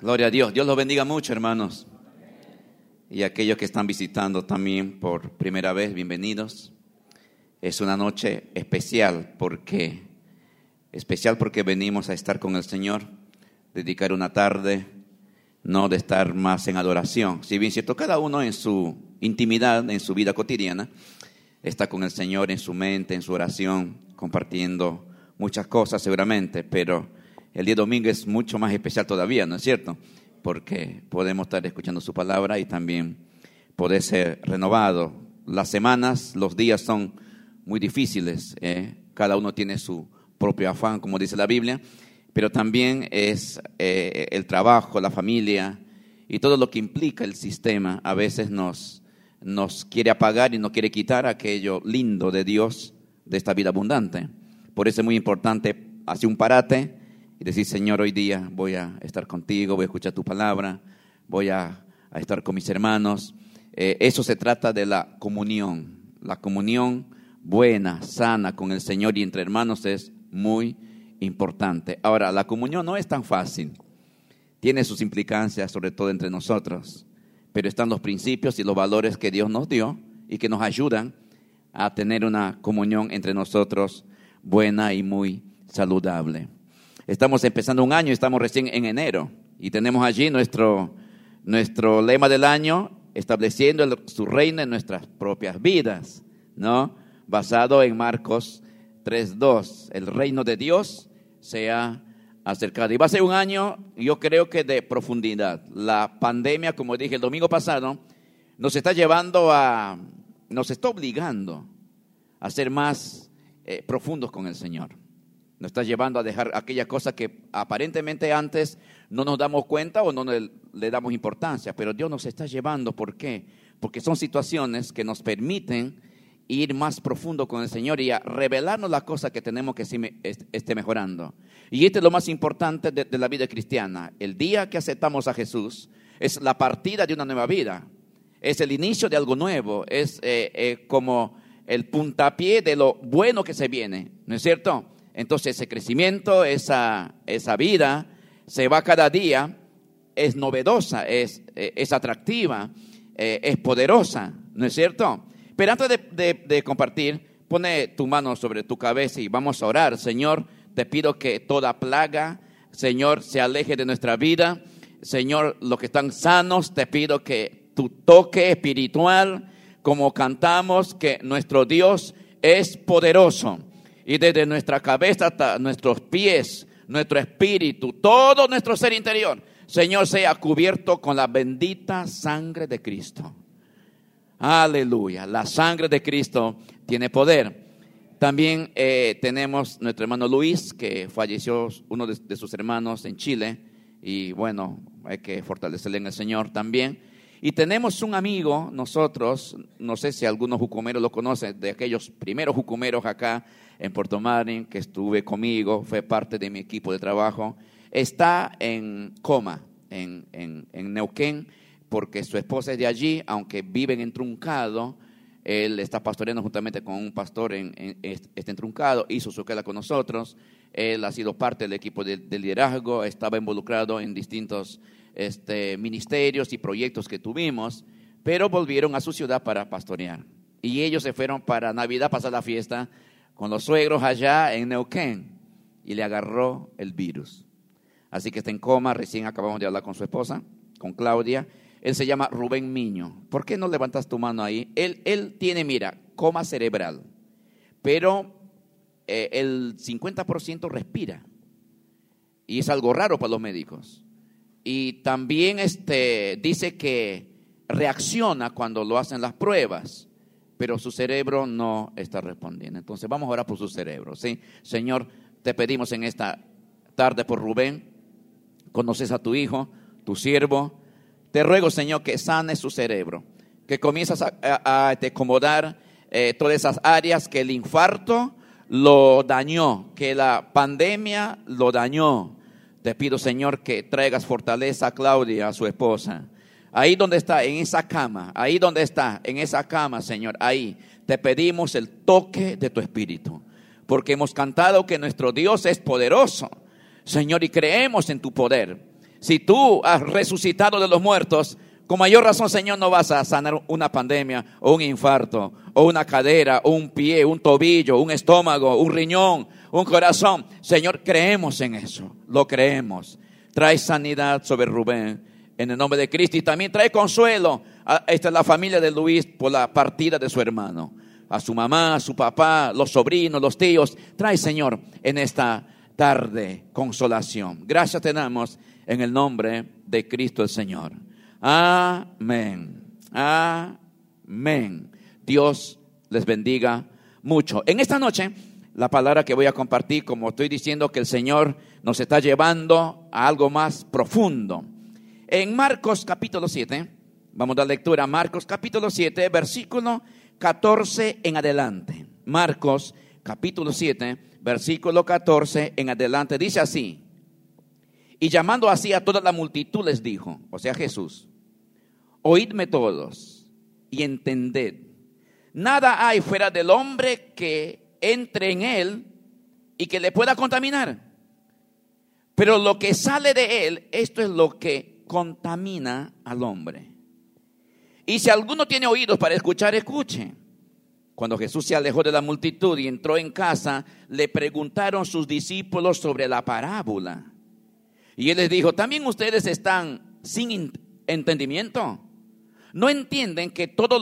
Gloria a Dios. Dios los bendiga mucho, hermanos. Y aquellos que están visitando también por primera vez, bienvenidos. Es una noche especial porque venimos a estar con el Señor, dedicar una tarde, no de estar más en adoración. Si bien cierto, cada uno en su intimidad, en su vida cotidiana, está con el Señor en su mente, en su oración, compartiendo muchas cosas seguramente, pero el día domingo es mucho más especial todavía, ¿no es cierto? Porque podemos estar escuchando su palabra y también poder ser renovado. Las semanas, los días son muy difíciles, cada uno tiene su propio afán, como dice la Biblia, pero también es el trabajo, la familia y todo lo que implica el sistema. A veces nos quiere apagar y nos quiere quitar aquello lindo de Dios, de esta vida abundante. Por eso es muy importante hacer un parate y decir: Señor, hoy día voy a estar contigo, voy a escuchar tu palabra, voy a estar con mis hermanos. Eso se trata de la comunión buena, sana con el Señor y entre hermanos es muy importante. Ahora, la comunión no es tan fácil, tiene sus implicancias, sobre todo entre nosotros, pero están los principios y los valores que Dios nos dio y que nos ayudan a tener una comunión entre nosotros buena y muy saludable. Estamos empezando un año, estamos recién en enero y tenemos allí nuestro lema del año, estableciendo su reino en nuestras propias vidas, ¿no? Basado en Marcos 3:2, el reino de Dios se ha acercado. Y va a ser un año, yo creo que de profundidad. La pandemia, como dije el domingo pasado, nos está obligando a ser más profundos con el Señor. Nos está llevando a dejar aquellas cosas que aparentemente antes no nos damos cuenta o no le damos importancia, pero Dios nos está llevando. ¿Por qué? Porque son situaciones que nos permiten ir más profundo con el Señor y a revelarnos las cosas que tenemos que esté mejorando. Y esto es lo más importante de la vida cristiana. El día que aceptamos a Jesús es la partida de una nueva vida, es el inicio de algo nuevo, es como el puntapié de lo bueno que se viene, ¿no es cierto? Entonces ese crecimiento, esa vida se va cada día, es novedosa, es atractiva, es poderosa, ¿no es cierto? Pero antes de compartir, pone tu mano sobre tu cabeza y vamos a orar. Señor, te pido que toda plaga, Señor, se aleje de nuestra vida. Señor, los que están sanos, te pido que tu toque espiritual, como cantamos, que nuestro Dios es poderoso. Y desde nuestra cabeza hasta nuestros pies, nuestro espíritu, todo nuestro ser interior, Señor, sea cubierto con la bendita sangre de Cristo. Aleluya, la sangre de Cristo tiene poder. También tenemos nuestro hermano Luis, que falleció uno de sus hermanos en Chile. Y bueno, hay que fortalecerle en el Señor también. Y tenemos un amigo, nosotros, no sé si algunos jucumeros lo conocen, de aquellos primeros jucumeros acá en Puerto Madryn, que estuve conmigo, fue parte de mi equipo de trabajo. Está en coma, en Neuquén, porque su esposa es de allí, aunque viven en Truncado. Él está pastoreando juntamente con un pastor en Truncado, hizo su queda con nosotros. Él ha sido parte del equipo de liderazgo, estaba involucrado en distintos ministerios y proyectos que tuvimos, pero volvieron a su ciudad para pastorear. Y ellos se fueron para Navidad, pasar la fiesta con los suegros allá en Neuquén, y le agarró el virus. Así que está en coma, recién acabamos de hablar con su esposa, con Claudia. Él se llama Rubén Miño. ¿Por qué no levantas tu mano ahí? Él tiene, mira, coma cerebral, pero el 50% respira. Y es algo raro para los médicos. Y también dice que reacciona cuando lo hacen las pruebas, pero su cerebro no está respondiendo. Entonces vamos a orar por su cerebro, ¿sí? Señor, te pedimos en esta tarde por Rubén. Conoces a tu hijo, tu siervo. Te ruego, Señor, que sanes su cerebro, que comienzas a acomodar todas esas áreas que el infarto lo dañó, que la pandemia lo dañó. Te pido, Señor, que traigas fortaleza a Claudia, a su esposa. Ahí donde está, en esa cama, ahí donde está, en esa cama, Señor, ahí te pedimos el toque de tu espíritu, porque hemos cantado que nuestro Dios es poderoso, Señor, y creemos en tu poder. Si tú has resucitado de los muertos, con mayor razón, Señor, no vas a sanar una pandemia o un infarto o una cadera o un pie, un tobillo, un estómago, un riñón, un corazón. Señor, creemos en eso, lo creemos. Trae sanidad sobre Rubén en el nombre de Cristo, y también trae consuelo a la familia de Luis por la partida de su hermano. A su mamá, a su papá, los sobrinos, los tíos. Trae, Señor, en esta tarde consolación. Gracias te damos en el nombre de Cristo el Señor. Amén. Amén. Dios les bendiga mucho. En esta noche, la palabra que voy a compartir, como estoy diciendo, que el Señor nos está llevando a algo más profundo. En Marcos capítulo 7, vamos a dar lectura a Marcos capítulo 7, versículo 14 en adelante. Marcos capítulo 7, versículo 14 en adelante. Dice así: y llamando así a toda la multitud les dijo, o sea Jesús: oídme todos y entended. Nada hay fuera del hombre que entre en él y que le pueda contaminar. Pero lo que sale de él, esto es lo que contamina al hombre. Y si alguno tiene oídos para escuchar, escuche. Cuando Jesús se alejó de la multitud y entró en casa, le preguntaron sus discípulos sobre la parábola. Y él les dijo: ¿también ustedes están sin entendimiento? ¿No entienden que todo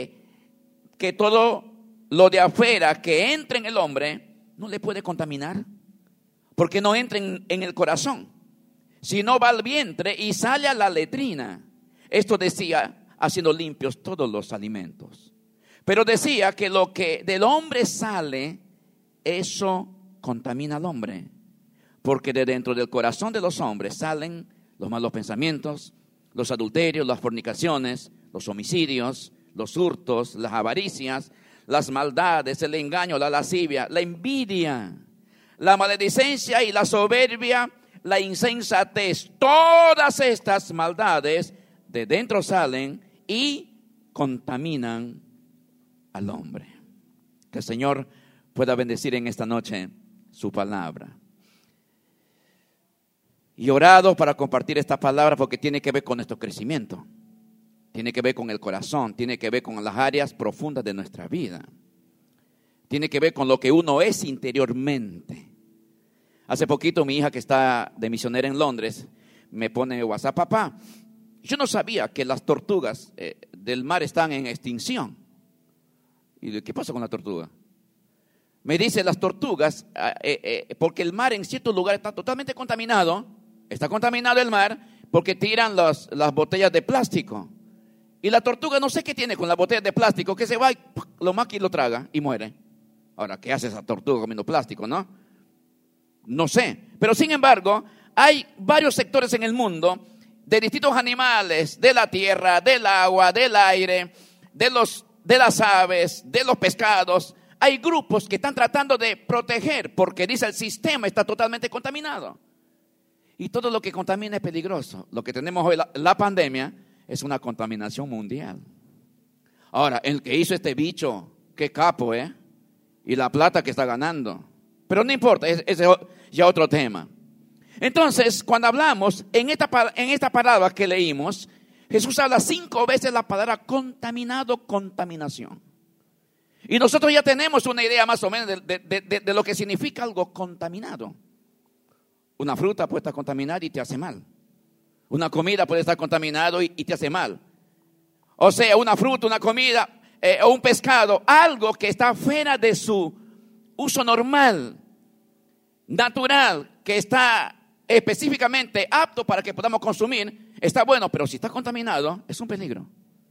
lo de afuera que entra en el hombre no le puede contaminar? Porque no entra en el corazón, sino va al vientre y sale a la letrina. Esto decía, haciendo limpios todos los alimentos. Pero decía que lo que del hombre sale, eso contamina al hombre. Porque de dentro del corazón de los hombres salen los malos pensamientos, los adulterios, las fornicaciones, los homicidios, los hurtos, las avaricias, las maldades, el engaño, la lascivia, la envidia, la maledicencia y la soberbia, la insensatez. Todas estas maldades de dentro salen y contaminan al hombre. Que el Señor pueda bendecir en esta noche su palabra. Y orado para compartir esta palabra porque tiene que ver con nuestro crecimiento. Tiene que ver con el corazón, tiene que ver con las áreas profundas de nuestra vida. Tiene que ver con lo que uno es interiormente. Hace poquito mi hija, que está de misionera en Londres, me pone en WhatsApp: papá, yo no sabía que las tortugas del mar están en extinción. Y digo: ¿qué pasa con la tortuga? Me dice: las tortugas, porque el mar en ciertos lugares está totalmente contaminado. Está contaminado el mar porque tiran las botellas de plástico. Y la tortuga no sé qué tiene con las botellas de plástico, que se va y lo maquilla y lo traga y muere. Ahora, ¿qué hace esa tortuga comiendo plástico, no? No sé. Pero sin embargo, hay varios sectores en el mundo de distintos animales, de la tierra, del agua, del aire, de las aves, de los pescados. Hay grupos que están tratando de proteger porque dice el sistema está totalmente contaminado. Y todo lo que contamina es peligroso. Lo que tenemos hoy, la pandemia, es una contaminación mundial. Ahora, el que hizo este bicho, qué capo, y la plata que está ganando. Pero no importa, ese es ya otro tema. Entonces, cuando hablamos, en esta palabra que leímos, Jesús habla 5 veces la palabra contaminado, contaminación. Y nosotros ya tenemos una idea más o menos de lo que significa algo contaminado. Una fruta puede estar contaminada y te hace mal. Una comida puede estar contaminado y te hace mal. O sea, una fruta, una comida o un pescado, algo que está fuera de su uso normal, natural, que está específicamente apto para que podamos consumir, está bueno, pero si está contaminado, es un peligro.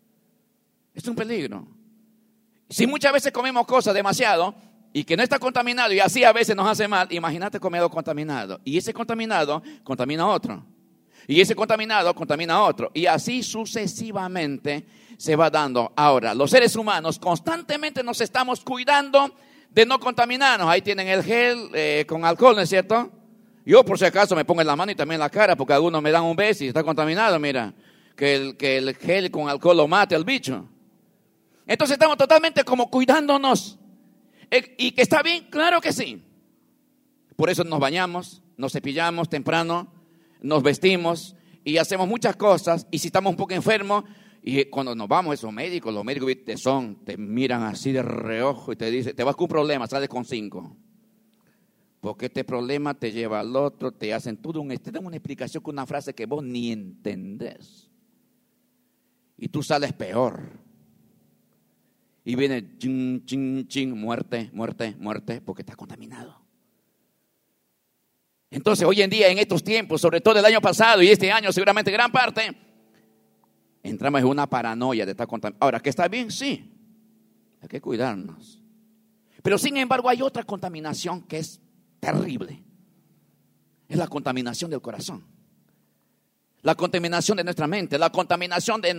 Es un peligro. Si muchas veces comemos cosas demasiado y que no está contaminado y así a veces nos hace mal, imagínate comer algo contaminado. Y ese contaminado contamina a otro. Y ese contaminado contamina a otro. Y así sucesivamente se va dando. Ahora, los seres humanos constantemente nos estamos cuidando de no contaminarnos. Ahí tienen el gel con alcohol, ¿no es cierto? Yo por si acaso me pongo en la mano y también en la cara, porque algunos me dan un beso y está contaminado. Mira, que el gel con alcohol lo mate al bicho. Entonces estamos totalmente como cuidándonos. ¿Y que está bien? Claro que sí. Por eso nos bañamos, nos cepillamos temprano, nos vestimos, y hacemos muchas cosas, y si estamos un poco enfermos, y cuando nos vamos los médicos te miran así de reojo y te dicen, te vas con un problema, sales con 5. Porque este problema te lleva al otro, te hacen te dan una explicación con una frase que vos ni entendés. Y tú sales peor. Y viene chin, chin, chin, muerte, muerte, muerte, porque estás contaminado. Entonces, hoy en día, en estos tiempos, sobre todo el año pasado y este año, seguramente gran parte, entramos en una paranoia de estar contaminados. Ahora, ¿que está bien? Sí, hay que cuidarnos. Pero sin embargo, hay otra contaminación que es terrible. Es la contaminación del corazón. La contaminación de nuestra mente, la contaminación de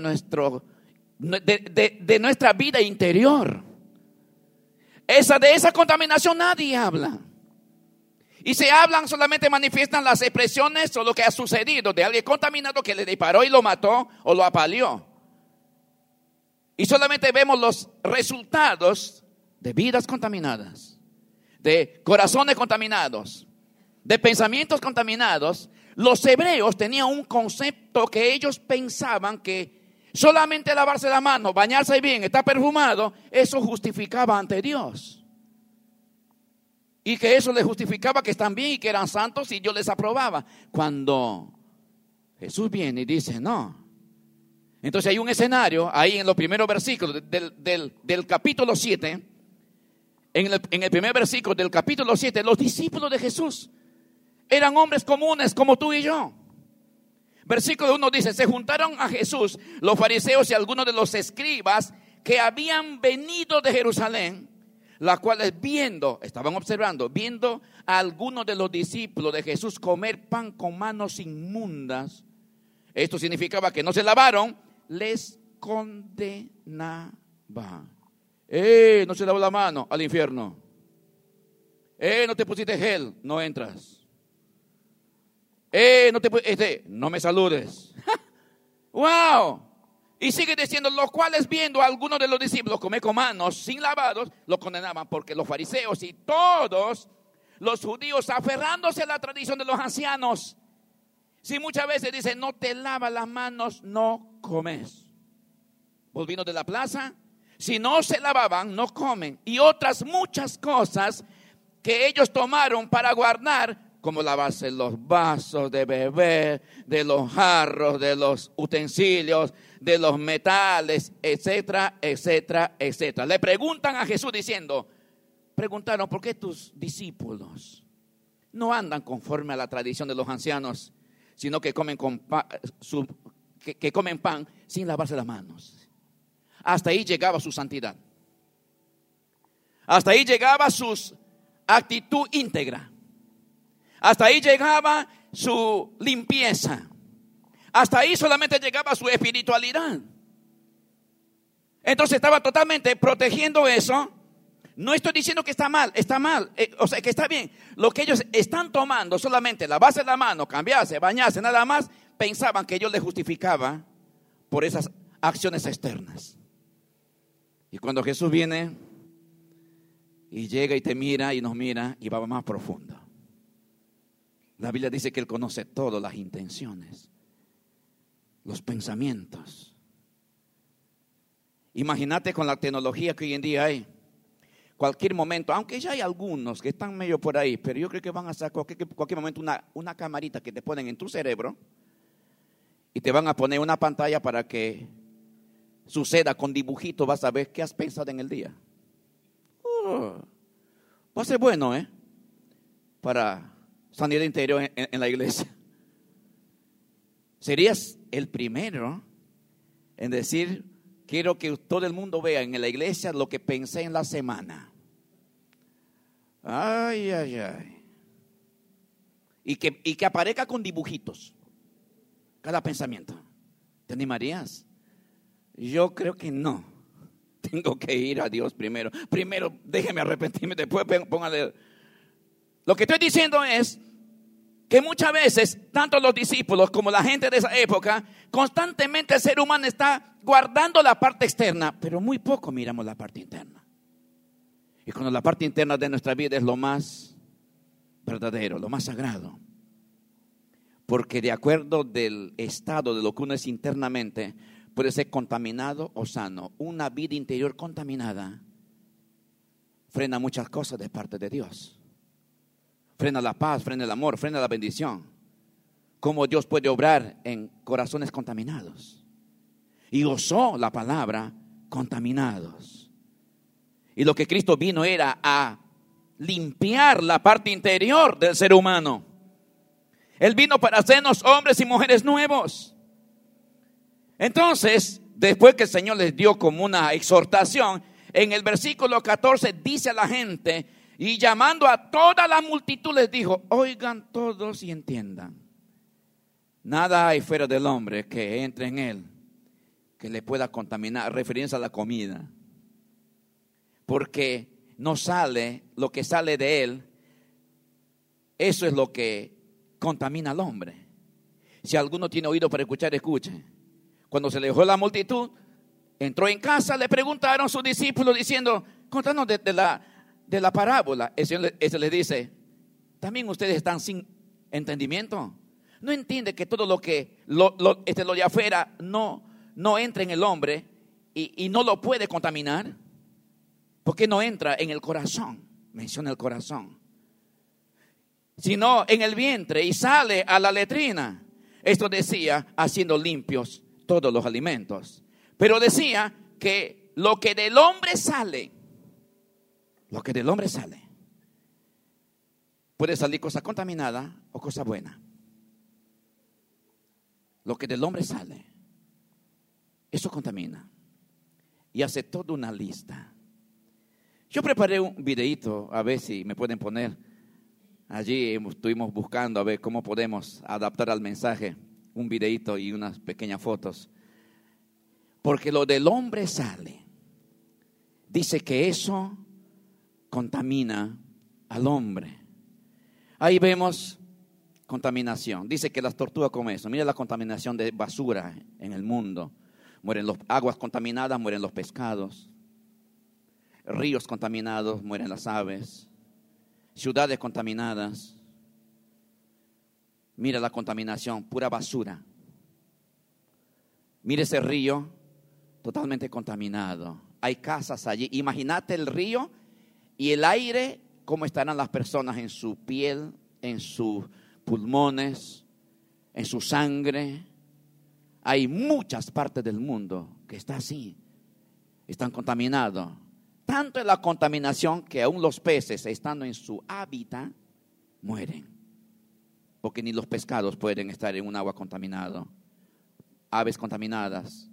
nuestra vida interior. De esa contaminación nadie habla. Y se hablan, solamente manifiestan las expresiones o lo que ha sucedido de alguien contaminado que le disparó y lo mató o lo apaleó. Y solamente vemos los resultados de vidas contaminadas, de corazones contaminados, de pensamientos contaminados. Los hebreos tenían un concepto que ellos pensaban que solamente lavarse la mano, bañarse bien, estar perfumado, eso justificaba ante Dios. Y que eso les justificaba que están bien y que eran santos y Dios les aprobaba. Cuando Jesús viene y dice no. Entonces hay un escenario ahí en los primeros versículos del capítulo 7. En el primer versículo del capítulo 7, los discípulos de Jesús eran hombres comunes como tú y yo. Versículo 1 dice, se juntaron a Jesús los fariseos y algunos de los escribas que habían venido de Jerusalén, las cuales estaban observando a algunos de los discípulos de Jesús comer pan con manos inmundas. Esto significaba que no se lavaron, les condenaba. No se lavó la mano, al infierno. No te pusiste gel, no entras. No me saludes. ¡Wow! Y sigue diciendo, los cuales viendo a algunos de los discípulos comer con manos sin lavados, los condenaban, porque los fariseos y todos los judíos, aferrándose a la tradición de los ancianos, si muchas veces dicen, no te lavas las manos, no comes. Volviendo de la plaza, si no se lavaban, no comen. Y otras muchas cosas que ellos tomaron para guardar, como lavarse los vasos de beber, de los jarros, de los utensilios, de los metales, etcétera, etcétera, etcétera. Le preguntan a Jesús preguntaron, ¿por qué tus discípulos no andan conforme a la tradición de los ancianos, sino que comen que comen pan sin lavarse las manos? Hasta ahí llegaba su santidad. Hasta ahí llegaba su actitud íntegra. Hasta ahí llegaba su limpieza. Hasta ahí solamente llegaba su espiritualidad. Entonces estaba totalmente protegiendo eso. No estoy diciendo que está mal, o sea que está bien. Lo que ellos están tomando, solamente lavarse la mano, cambiarse, bañarse, nada más, pensaban que Dios les justificaba por esas acciones externas. Y cuando Jesús viene y llega y te mira y nos mira y va más profundo. La Biblia dice que Él conoce todas las intenciones, los pensamientos. Imagínate con la tecnología que hoy en día hay. Cualquier momento, aunque ya hay algunos que están medio por ahí, pero yo creo que van a sacar cualquier momento una camarita que te ponen en tu cerebro y te van a poner una pantalla para que suceda con dibujitos, vas a ver qué has pensado en el día. Va a ser bueno, para sanidad interior en la iglesia. Serías el primero en decir, quiero que todo el mundo vea en la iglesia lo que pensé en la semana. Ay, ay, ay. Y que aparezca con dibujitos cada pensamiento. ¿Te animarías? Yo creo que no. Tengo que ir a Dios primero. Primero déjeme arrepentirme, después póngale. Lo que estoy diciendo es que muchas veces, tanto los discípulos como la gente de esa época, constantemente el ser humano está guardando la parte externa, pero muy poco miramos la parte interna. Y cuando la parte interna de nuestra vida es lo más verdadero, lo más sagrado. Porque de acuerdo del estado de lo que uno es internamente, puede ser contaminado o sano. Una vida interior contaminada frena muchas cosas de parte de Dios. Frena la paz, frena el amor, frena la bendición. Cómo Dios puede obrar en corazones contaminados. Y usó la palabra contaminados. Y lo que Cristo vino era a limpiar la parte interior del ser humano. Él vino para hacernos hombres y mujeres nuevos. Entonces, después que el Señor les dio como una exhortación, en el versículo 14 dice a la gente, y llamando a toda la multitud les dijo: oigan todos y entiendan. Nada hay fuera del hombre que entre en él que le pueda contaminar, refiriéndose a la comida. Porque no sale lo que sale de él, eso es lo que contamina al hombre. Si alguno tiene oído para escuchar, escuche. Cuando se le dejó la multitud, entró en casa, le preguntaron sus discípulos diciendo: contanos de la parábola. Ese les dice: también ustedes están sin entendimiento. No entiende que todo lo que lo de afuera no entra en el hombre y no lo puede contaminar. Porque no entra en el corazón, menciona el corazón, sino en el vientre y sale a la letrina. Esto decía, haciendo limpios todos los alimentos. Pero decía que lo que del hombre sale, puede salir cosa contaminada o cosa buena. Lo que del hombre sale, eso contamina. Y hace toda una lista. Yo preparé un videíto, a ver si me pueden poner. Allí estuvimos buscando a ver cómo podemos adaptar al mensaje un videíto y unas pequeñas fotos. Porque lo del hombre sale. Dice que eso contamina al hombre. Ahí vemos contaminación. Dice que las tortugas comen eso. Mira la contaminación de basura en el mundo. Mueren las aguas contaminadas, mueren los pescados. Ríos contaminados, mueren las aves. Ciudades contaminadas. Mira la contaminación, pura basura. Mira ese río totalmente contaminado. Hay casas allí. Imagínate el río y el aire, cómo estarán las personas en su piel, en sus pulmones, en su sangre. Hay muchas partes del mundo que está así. Están contaminados. Tanto es la contaminación que aún los peces, estando en su hábitat, mueren. Porque ni los pescados pueden estar en un agua contaminada. Aves contaminadas.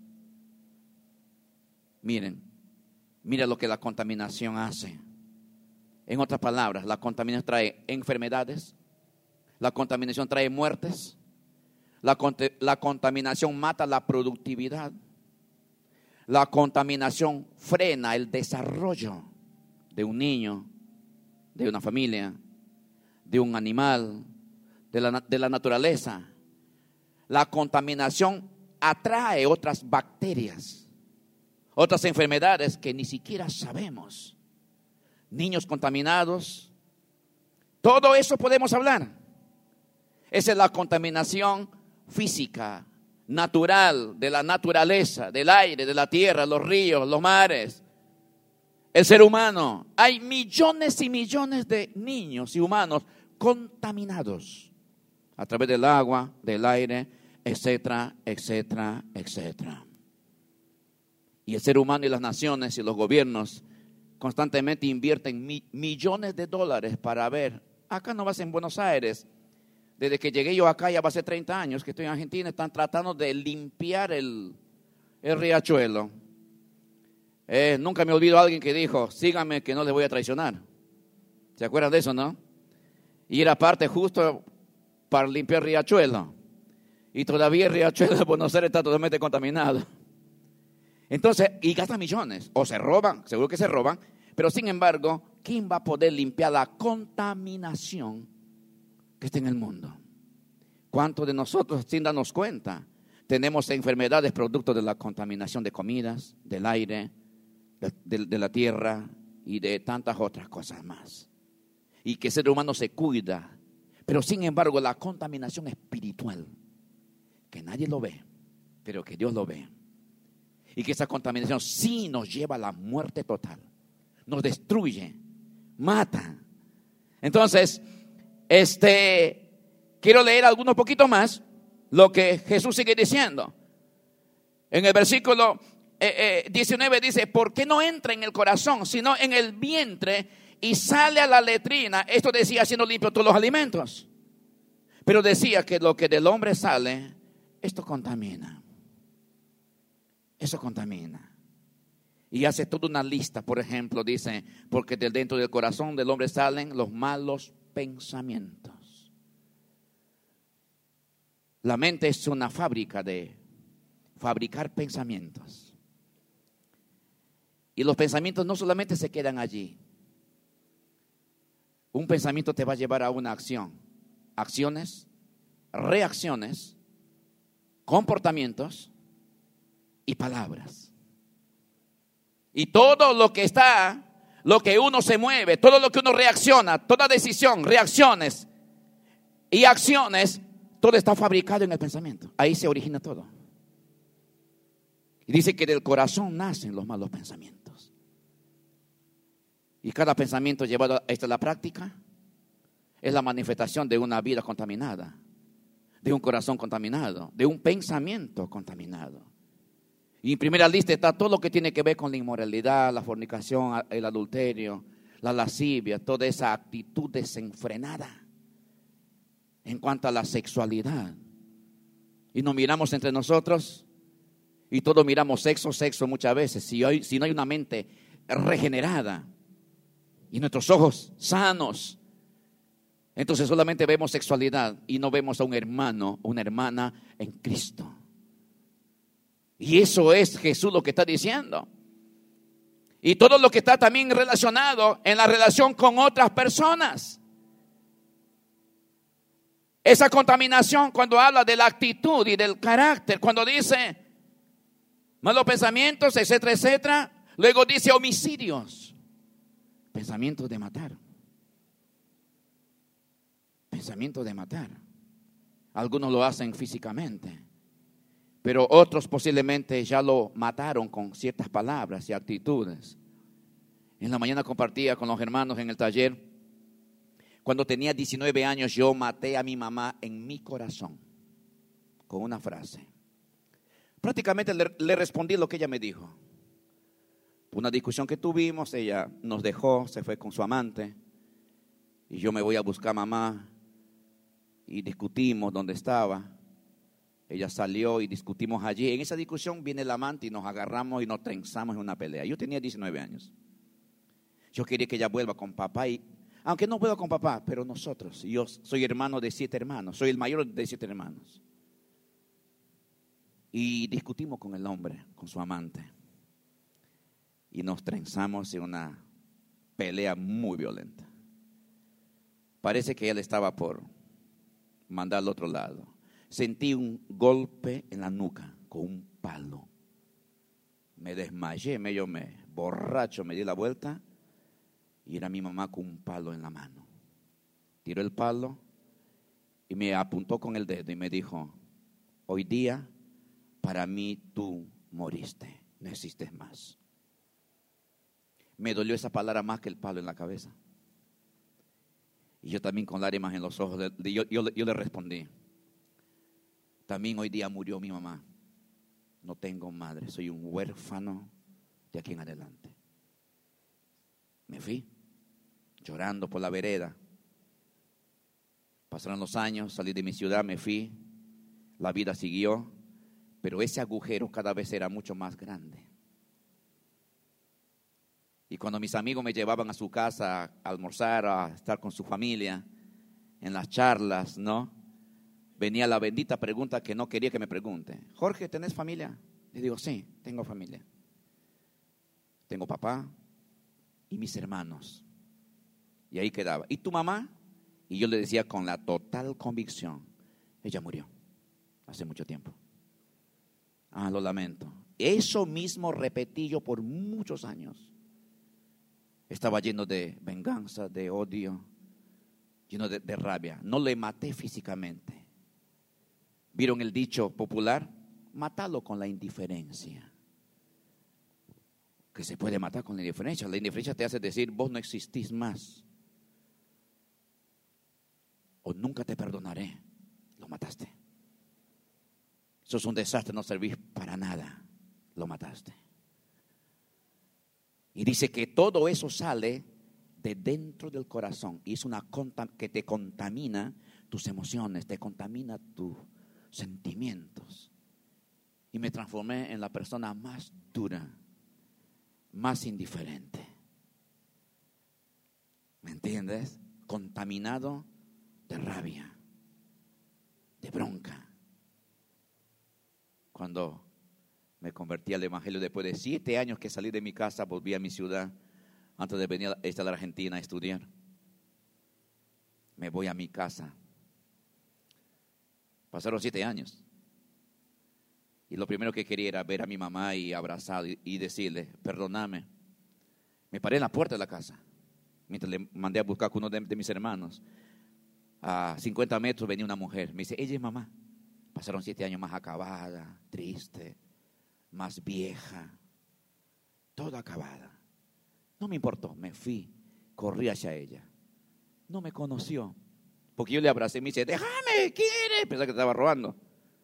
Miren lo que la contaminación hace. En otras palabras, la contaminación trae enfermedades. La contaminación trae muertes. La contaminación mata la productividad. La contaminación frena el desarrollo de un niño, de una familia, de un animal, de la naturaleza. La contaminación atrae otras bacterias, otras enfermedades que ni siquiera sabemos. Niños contaminados, todo eso podemos hablar. Esa es la contaminación física, natural, de la naturaleza, del aire, de la tierra, los ríos, los mares, el ser humano. Hay millones y millones de niños y humanos contaminados a través del agua, del aire, etcétera, etcétera, etcétera. Y el ser humano y las naciones y los gobiernos constantemente invierten millones de dólares para ver. Acá no vas en Buenos Aires. Desde que llegué yo acá, ya va a ser 30 años que estoy en Argentina, están tratando de limpiar el riachuelo. Nunca me olvido a alguien que dijo: síganme que no les voy a traicionar. ¿Se acuerdan de eso, no? Y era parte justo para limpiar el riachuelo. Y todavía el riachuelo de Buenos Aires está totalmente contaminado. Entonces, y gastan millones. O se roban, seguro que se roban. Pero sin embargo, ¿quién va a poder limpiar la contaminación que está en el mundo? ¿Cuántos de nosotros, sin darnos cuenta, tenemos enfermedades producto de la contaminación de comidas, del aire, de la tierra y de tantas otras cosas más? Y que el ser humano se cuida, Pero sin embargo, la contaminación espiritual, que nadie lo ve, pero que Dios lo ve, y que esa contaminación sí nos lleva a la muerte total, nos destruye, mata. Entonces, quiero leer algunos poquitos más lo que Jesús sigue diciendo. En el versículo 19 dice: ¿por qué no entra en el corazón, sino en el vientre y sale a la letrina? Esto decía siendo limpio todos los alimentos. Pero decía que lo que del hombre sale, esto contamina. Eso contamina. Y hace toda una lista. Por ejemplo, dice: porque del dentro del corazón del hombre salen los malos pensamientos. La mente es una fábrica de fabricar pensamientos. Y los pensamientos no solamente se quedan allí. Un pensamiento te va a llevar a una acción. Acciones, reacciones, comportamientos y palabras. Y todo lo que está, lo que uno se mueve, todo lo que uno reacciona, toda decisión, reacciones y acciones, todo está fabricado en el pensamiento. Ahí se origina todo. Y dice que del corazón nacen los malos pensamientos. Y cada pensamiento llevado a la práctica es la manifestación de una vida contaminada, de un corazón contaminado, de un pensamiento contaminado. Y en primera lista está todo lo que tiene que ver con la inmoralidad, la fornicación, el adulterio, la lascivia, toda esa actitud desenfrenada en cuanto a la sexualidad. Y nos miramos entre nosotros y todos miramos sexo muchas veces. Si no hay una mente regenerada y nuestros ojos sanos, entonces solamente vemos sexualidad y no vemos a un hermano, una hermana en Cristo. Y eso es Jesús lo que está diciendo. Y todo lo que está también relacionado en la relación con otras personas. Esa contaminación cuando habla de la actitud y del carácter, cuando dice malos pensamientos, etcétera, etcétera. Luego dice homicidios, pensamientos de matar. Pensamientos de matar. Algunos lo hacen físicamente, pero otros posiblemente ya lo mataron con ciertas palabras y actitudes. En la mañana compartía con los hermanos en el taller. Cuando tenía 19 años yo maté a mi mamá en mi corazón con una frase. Prácticamente le respondí lo que ella me dijo. Una discusión que tuvimos, ella nos dejó, se fue con su amante. Y yo me voy a buscar a mamá y discutimos dónde estaba. Ella salió y discutimos allí. En esa discusión viene el amante y nos agarramos y nos trenzamos en una pelea. Yo tenía 19 años. Yo quería que ella vuelva con papá, y aunque no vuelva con papá, pero nosotros. Yo soy hermano de 7 hermanos, soy el mayor de 7 hermanos. Y discutimos con el hombre, con su amante. Y nos trenzamos en una pelea muy violenta. Parece que él estaba por mandar al otro lado. Sentí un golpe en la nuca con un palo. Me desmayé, medio borracho, me di la vuelta y era mi mamá con un palo en la mano. Tiró el palo y me apuntó con el dedo y me dijo: hoy día para mí tú moriste, no existes más. Me dolió esa palabra más que el palo en la cabeza. Y yo también con lágrimas en los ojos, yo le respondí: también hoy día murió mi mamá. No tengo madre, soy un huérfano de aquí en adelante. Me fui llorando por la vereda. Pasaron los años, salí de mi ciudad, me fui. La vida siguió, pero ese agujero cada vez era mucho más grande. Y cuando mis amigos me llevaban a su casa a almorzar, a estar con su familia, en las charlas, ¿no? Venía la bendita pregunta que no quería que me pregunte: Jorge, ¿tenés familia? Le digo: sí, tengo familia. Tengo papá y mis hermanos. Y ahí quedaba. ¿Y tu mamá? Y yo le decía con la total convicción: ella murió hace mucho tiempo. Lo lamento. Eso mismo repetí yo por muchos años. Estaba lleno de venganza, de odio. lleno de rabia. No le maté físicamente. ¿Vieron el dicho popular? Mátalo con la indiferencia. Que se puede matar con la indiferencia. La indiferencia te hace decir, vos no existís más. O nunca te perdonaré. Lo mataste. Eso es un desastre, no servís para nada. Lo mataste. Y dice que todo eso sale de dentro del corazón. Y es una que te contamina tus emociones, te contamina tus sentimientos. Y me transformé en la persona más dura, más indiferente. ¿Me entiendes? Contaminado de rabia, de bronca. Cuando me convertí al evangelio, después de 7 años que salí de mi casa, volví a mi ciudad, antes de venir a la Argentina a estudiar. Me voy a mi casa. Pasaron 7 años. Y lo primero que quería era ver a mi mamá y abrazar y decirle, perdóname. Me paré en la puerta de la casa, mientras le mandé a buscar con uno de mis hermanos. A 50 metros venía una mujer. Me dice, ella es mamá. Pasaron 7 años más acabada, triste, más vieja, toda acabada. No me importó, me fui, corrí hacia ella. No me conoció, porque yo le abracé y me dice, déjame, ¿quién eres? Pensaba que estaba robando.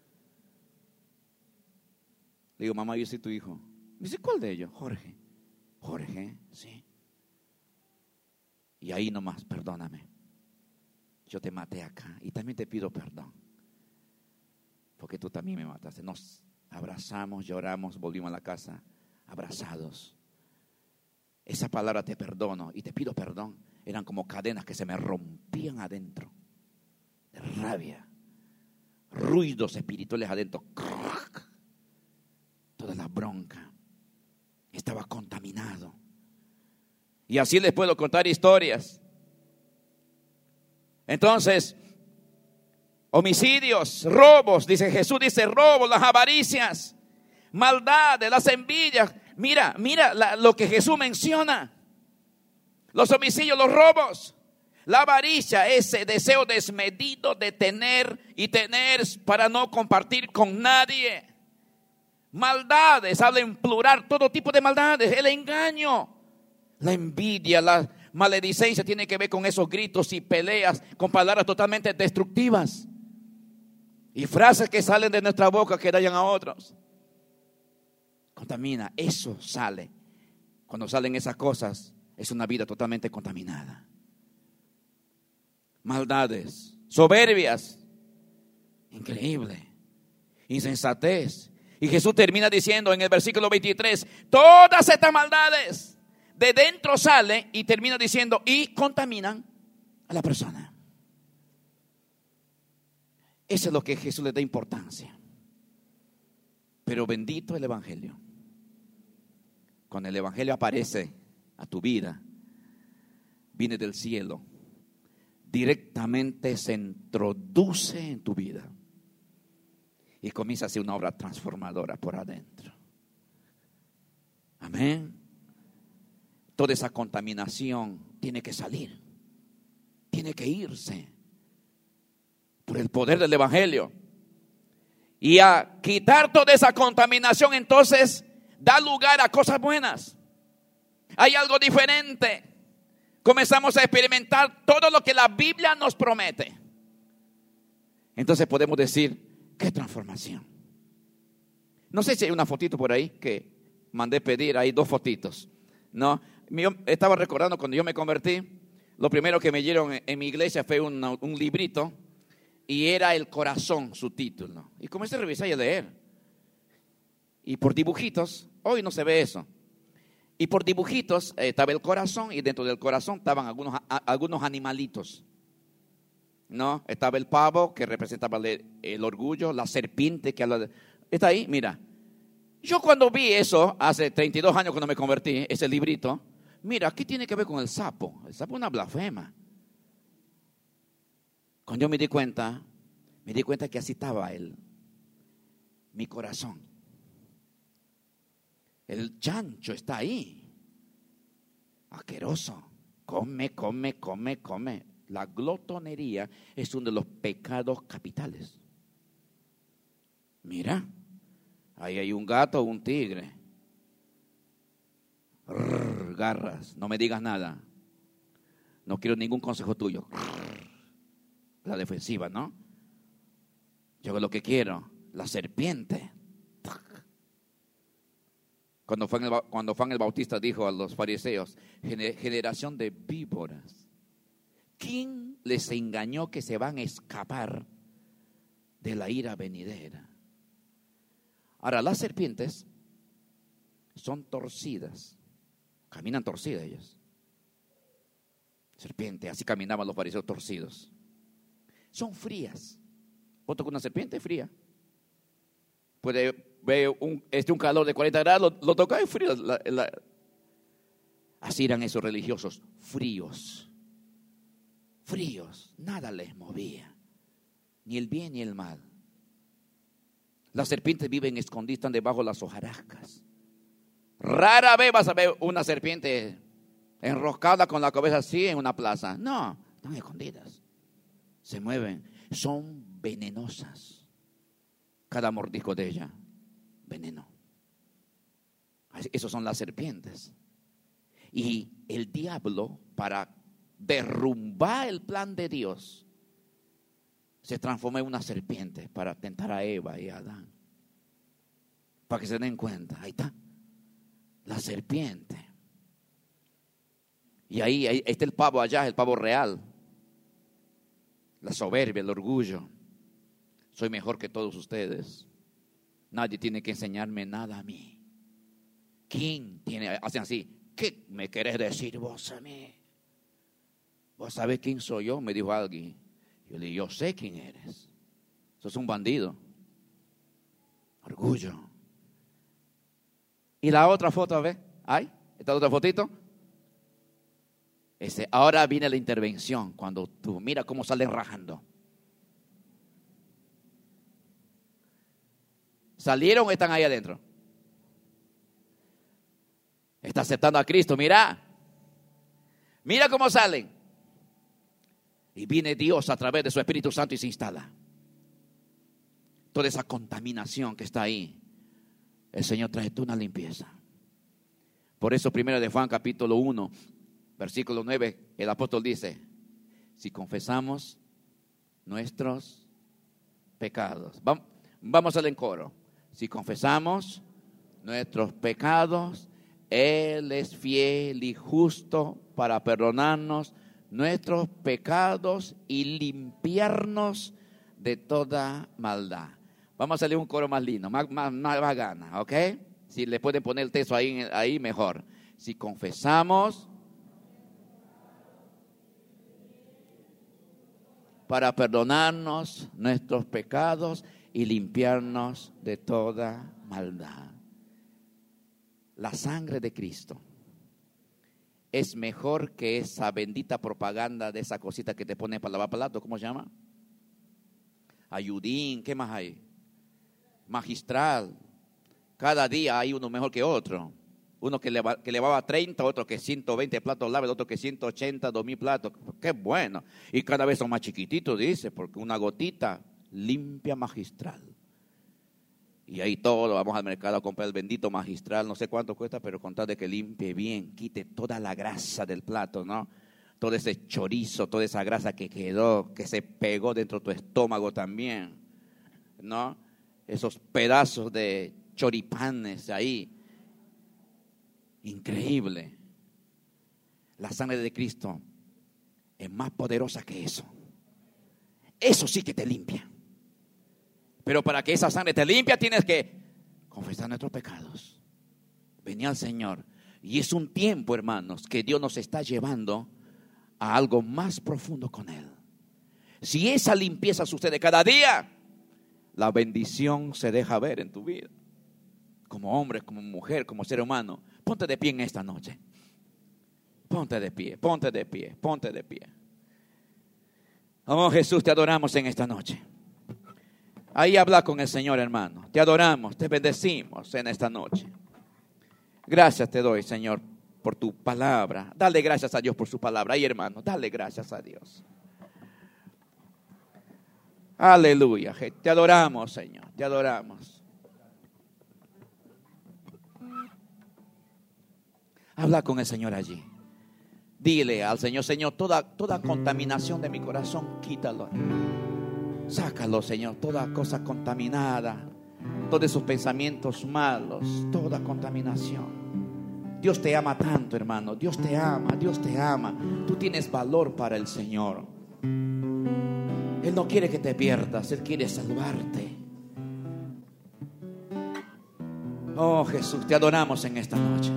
Le digo, mamá, yo soy tu hijo. Me dice, ¿cuál de ellos? Jorge. Jorge, sí. Y ahí nomás, perdóname. Yo te maté acá y también te pido perdón. Porque tú también me mataste. Nos abrazamos, lloramos, volvimos a la casa abrazados. Esa palabra te perdono y te pido perdón eran como cadenas que se me rompían adentro. De rabia. Ruidos espirituales adentro. Toda la bronca. Estaba contaminado. Y así les puedo contar historias. Entonces, homicidios, robos, dice Jesús, dice robos, las avaricias, maldades, las envidias. Mira lo que Jesús menciona. Los homicidios, los robos, la avaricia, ese deseo desmedido de tener y tener para no compartir con nadie. Maldades, habla en plural, todo tipo de maldades, el engaño, la envidia, la maledicencia tiene que ver con esos gritos y peleas con palabras totalmente destructivas y frases que salen de nuestra boca que dañan a otros. Contamina, eso sale. Cuando salen esas cosas, es una vida totalmente contaminada. Maldades, soberbias, increíble, insensatez. Y Jesús termina diciendo en el versículo 23, todas estas maldades de dentro salen, y termina diciendo, y contaminan a la persona. Eso es lo que Jesús le da importancia. Pero bendito el evangelio. Cuando el evangelio aparece a tu vida, viene del cielo, directamente se introduce en tu vida y comienza a hacer una obra transformadora por adentro. Amén. Toda esa contaminación tiene que salir, tiene que irse por el poder del evangelio. Y a quitar toda esa contaminación, entonces da lugar a cosas buenas. Hay algo diferente. Comenzamos a experimentar todo lo que la Biblia nos promete. Entonces podemos decir, ¿qué transformación? No sé si hay una fotito por ahí que mandé pedir. Hay 2 fotitos, ¿no? Yo estaba recordando cuando yo me convertí, lo primero que me dieron en mi iglesia fue un librito, y era El Corazón, su título. Y comencé a revisar y a leer. Y por dibujitos, hoy no se ve eso. Y por dibujitos estaba el corazón, y dentro del corazón estaban algunos animalitos, ¿no? Estaba el pavo, que representaba el orgullo, la serpiente que habla de... Está ahí, mira. Yo cuando vi eso, hace 32 años cuando me convertí, ese librito, mira, ¿qué tiene que ver con el sapo? El sapo es una blasfema. Cuando yo me di cuenta que así estaba mi corazón. El chancho está ahí, asqueroso, come. La glotonería es uno de los pecados capitales. Mira, ahí hay un gato o un tigre. Garras, no me digas nada. No quiero ningún consejo tuyo. La defensiva, ¿no? Yo lo que quiero, la serpiente. Cuando Juan el Bautista dijo a los fariseos, generación de víboras, ¿quién les engañó que se van a escapar de la ira venidera? Ahora, las serpientes son torcidas, caminan torcidas ellas. Serpiente, así caminaban los fariseos torcidos. Son frías. Vos tocas una serpiente fría. Puede ver un calor de 40 grados, lo toca y frío. Así eran esos religiosos, fríos. Fríos, nada les movía, ni el bien ni el mal. Las serpientes viven escondidas, están debajo de las hojarascas. Rara vez vas a ver una serpiente enroscada con la cabeza así en una plaza. No, están escondidas. Se mueven, son venenosas. Cada mordisco de ella, veneno. Esos son las serpientes. Y el diablo, para derrumbar el plan de Dios, se transformó en una serpiente para tentar a Eva y a Adán. Para que se den cuenta, ahí está, la serpiente. Y ahí está el pavo allá, el pavo real. La soberbia, el orgullo. Soy mejor que todos ustedes. Nadie tiene que enseñarme nada a mí. ¿Quién tiene? Hacen así. ¿Qué me querés decir vos a mí? ¿Vos sabés quién soy yo? Me dijo alguien. Yo le dije, yo sé quién eres. Sos un bandido. Orgullo. Y la otra foto, ¿ves? ¿Hay? ¿Esta otra fotito? Ahora viene la intervención. Cuando tú mira cómo salen rajando. ¿Salieron o están ahí adentro? Está aceptando a Cristo, mira. Mira cómo salen. Y viene Dios a través de su Espíritu Santo y se instala. Toda esa contaminación que está ahí, el Señor trae una limpieza. Por eso, 1 de Juan capítulo 1, versículo 9, el apóstol dice, si confesamos nuestros pecados. Vamos al en coro. Si confesamos nuestros pecados, Él es fiel y justo para perdonarnos nuestros pecados y limpiarnos de toda maldad. Vamos a salir un coro más lindo, más gana, ¿ok? Si le pueden poner el texto ahí mejor. Si confesamos para perdonarnos nuestros pecados y limpiarnos de toda maldad. La sangre de Cristo es mejor que esa bendita propaganda de esa cosita que te ponen para lavar platos. ¿Cómo se llama? Ayudín, ¿qué más hay? Magistral. Cada día hay uno mejor que otro. Uno que levaba 30, otro que 120 platos lava, otro que 180, 2000 platos. Qué bueno. Y cada vez son más chiquititos, dice, porque una gotita limpia magistral. Y ahí todo, vamos al mercado a comprar el bendito magistral, no sé cuánto cuesta, pero con tal de que limpie bien, quite toda la grasa del plato, ¿no? Todo ese chorizo, toda esa grasa que quedó, que se pegó dentro de tu estómago también, ¿no? Esos pedazos de choripanes ahí. Increíble. La sangre de Cristo es más poderosa que eso. Eso sí que te limpia. Pero para que esa sangre te limpia, tienes que confesar nuestros pecados. Venir al Señor. Y es un tiempo, hermanos, que Dios nos está llevando a algo más profundo con Él. Si esa limpieza sucede cada día, la bendición se deja ver en tu vida. Como hombre, como mujer, como ser humano. Ponte de pie en esta noche. Ponte de pie, ponte de pie, ponte de pie. Oh Jesús, te adoramos en esta noche. Ahí habla con el Señor, hermano. Te adoramos, te bendecimos en esta noche. Gracias te doy, Señor, por tu palabra. Dale gracias a Dios por su palabra. Ahí, hermano, dale gracias a Dios. Aleluya. Te adoramos, Señor. Te adoramos. Habla con el Señor allí. Dile al Señor: Señor, toda contaminación de mi corazón, quítalo. Sácalo, Señor, toda cosa contaminada, todos esos pensamientos malos, toda contaminación. Dios te ama tanto, hermano. Dios te ama, Dios te ama. Tú tienes valor para el Señor. Él no quiere que te pierdas, Él quiere salvarte. Oh Jesús, te adoramos en esta noche.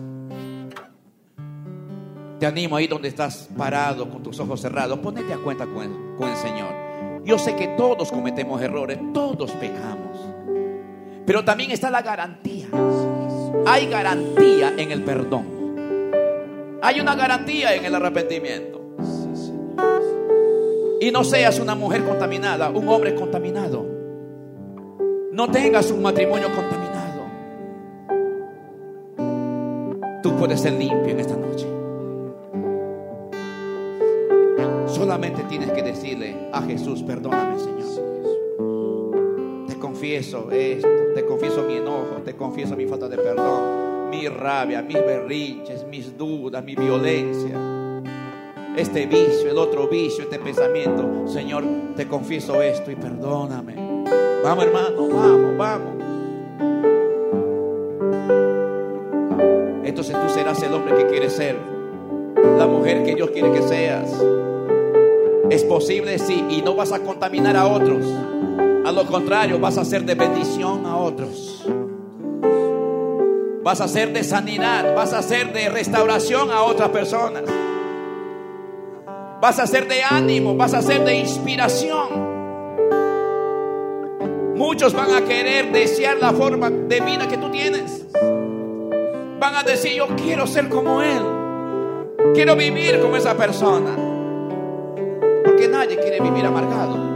Te animo ahí donde estás parado con tus ojos cerrados. Ponete a cuenta con el Señor. Yo sé que todos cometemos errores, todos pecamos. Pero también está la garantía. Hay garantía en el perdón. Hay una garantía en el arrepentimiento. Y no seas una mujer contaminada, un hombre contaminado. No tengas un matrimonio contaminado. Tú puedes ser limpio en esta noche. Solamente tienes que decirle a Jesús: perdóname, Señor. Te confieso esto, te confieso mi enojo, te confieso mi falta de perdón, mi rabia, mis berrinches, mis dudas, mi violencia, este vicio, el otro vicio, este pensamiento. Señor, te confieso esto y perdóname. Vamos, hermano, vamos. Entonces tú serás el hombre que quieres ser, la mujer que Dios quiere que seas. Es posible, sí, y no vas a contaminar a otros. A lo contrario, vas a ser de bendición a otros. Vas a ser de sanidad, vas a ser de restauración a otras personas. Vas a ser de ánimo, vas a ser de inspiración. Muchos van a querer desear la forma de vida que tú tienes. Van a decir: yo quiero ser como él, quiero vivir como esa persona. Porque nadie quiere vivir amargado.